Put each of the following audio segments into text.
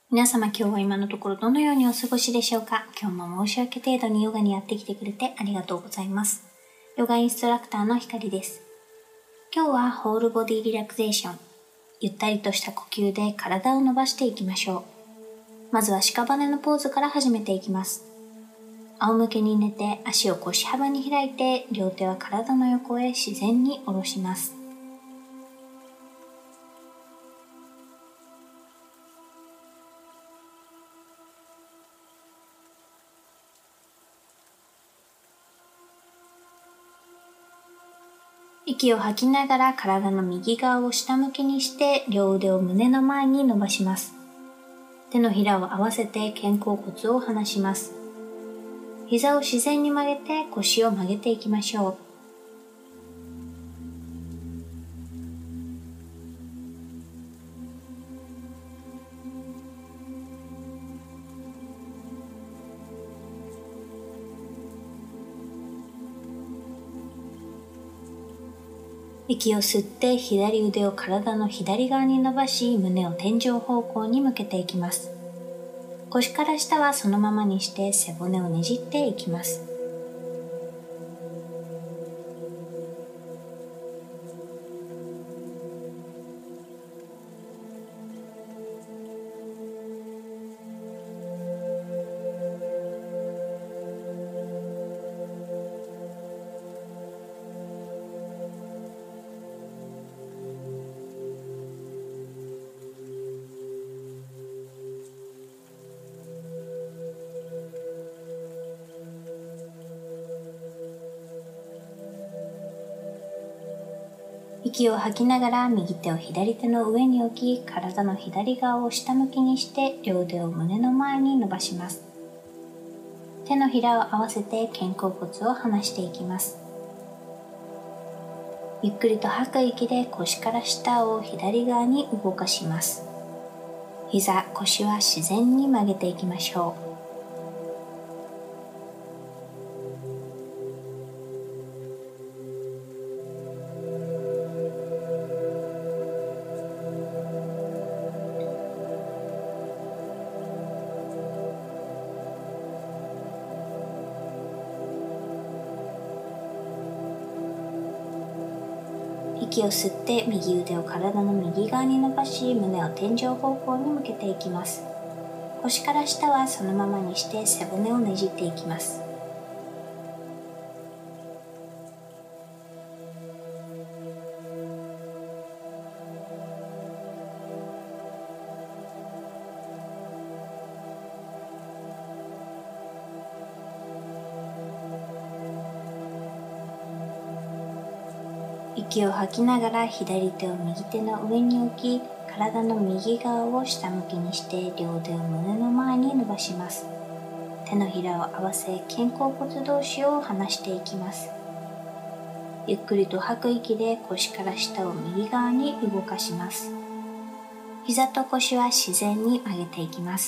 皆様今日は今のところどのようにお過ごしでしょうか。今日も申し訳程度にヨガにやってきてくれてありがとうございます。ヨガインストラクターのひかりです。今日はホールボディリラクゼーション。ゆったりとした呼吸で体を伸ばしていきましょう。まずは屍のポーズから始めていきます。仰向けに寝て足を腰幅に開いて両手は体の横へ自然に下ろします。息を吐きながら体の右側を下向きにして両腕を胸の前に伸ばします。手のひらを合わせて肩甲骨を離します。膝を自然に曲げて腰を曲げていきましょう。息を吸って左腕を体の左側に伸ばし、胸を天井方向に向けていきます。腰から下はそのままにして背骨をねじっていきます。息を吐きながら右手を左手の上に置き、体の左側を下向きにして両腕を胸の前に伸ばします。手のひらを合わせて肩甲骨を離していきます。ゆっくりと吐く息で腰から下を左側に動かします。膝、腰は自然に曲げていきましょう。息を吸って右腕を体の右側に伸ばし、胸を天井方向に向けていきます。腰から下はそのままにして背骨をねじっていきます。息を吐きながら左手を右手の上に置き、体の右側を下向きにして両腕を胸の前に伸ばします。手のひらを合わせ肩甲骨同士を離していきます。ゆっくりと吐く息で腰から下を右側に動かします。膝と腰は自然に曲げていきます。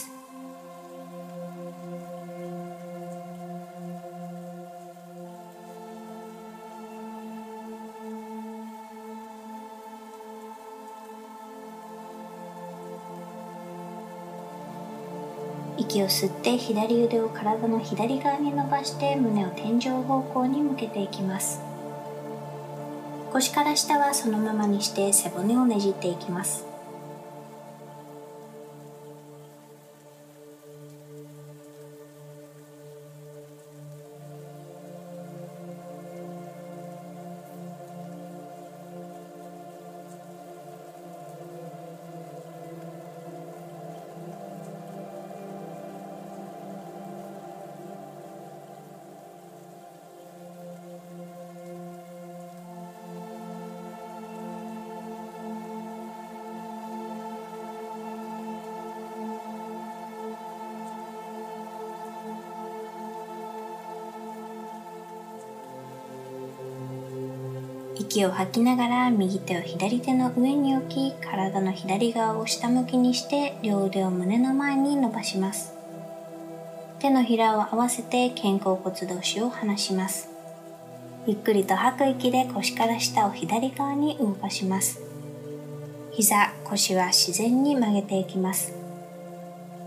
息を吸って左腕を体の左側に伸ばして胸を天井方向に向けていきます。腰から下はそのままにして背骨をねじっていきます。息を吐きながら右手を左手の上に置き、体の左側を下向きにして両腕を胸の前に伸ばします。手のひらを合わせて肩甲骨同士を離します。ゆっくりと吐く息で腰から下を左側に動かします。膝、腰は自然に曲げていきます。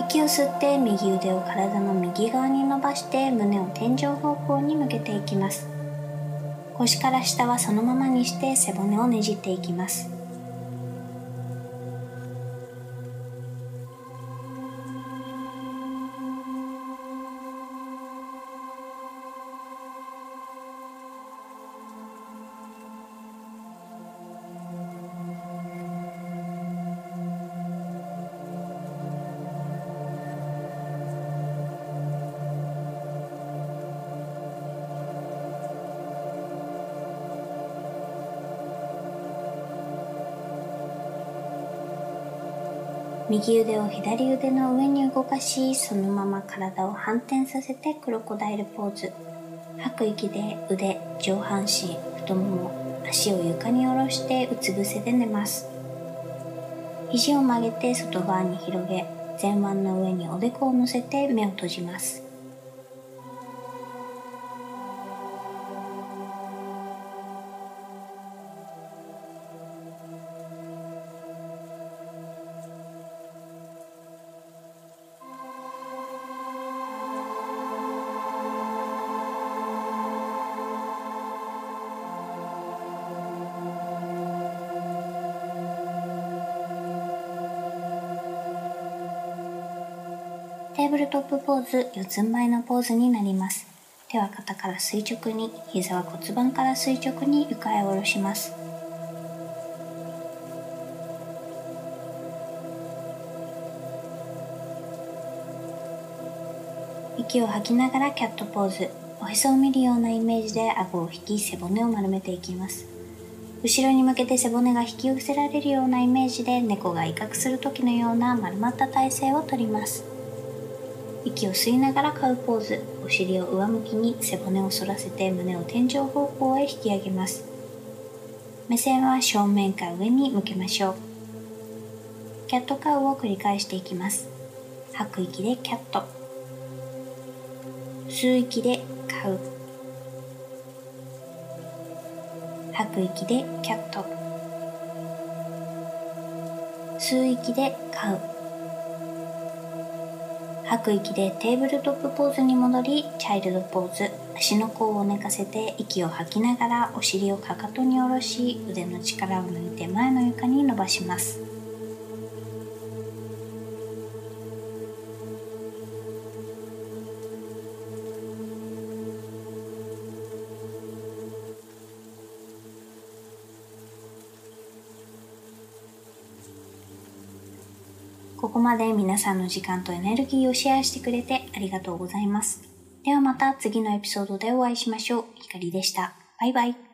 息を吸って右腕を体の右側に伸ばして胸を天井方向に向けていきます。腰から下はそのままにして背骨をねじっていきます。右腕を左腕の上に動かし、そのまま体を反転させてクロコダイルポーズ。吐く息で腕、上半身、太もも、足を床に下ろしてうつ伏せで寝ます。肘を曲げて外側に広げ、前腕の上におでこを乗せて目を閉じます。テーブルトップポーズ、四つん這いのポーズになります。手は肩から垂直に、膝は骨盤から垂直に床へ下ろします。息を吐きながらキャットポーズ。おへそを見るようなイメージで顎を引き、背骨を丸めていきます。後ろに向けて背骨が引き寄せられるようなイメージで猫が威嚇する時のような丸まった体勢をとります。息を吸いながらカウポーズ。お尻を上向きに背骨を反らせて胸を天井方向へ引き上げます。目線は正面か上に向けましょう。キャットカウを繰り返していきます。吐く息でキャット。吸う息でカウ。吐く息でキャット。吸う息でカウ。吐く息でテーブルトップポーズに戻り、チャイルドポーズ。足の甲を寝かせて息を吐きながらお尻をかかとに下ろし、腕の力を抜いて前の床に伸ばします。ここまで皆さんの時間とエネルギーをシェアしてくれてありがとうございます。ではまた次のエピソードでお会いしましょう。ひかりでした。バイバイ。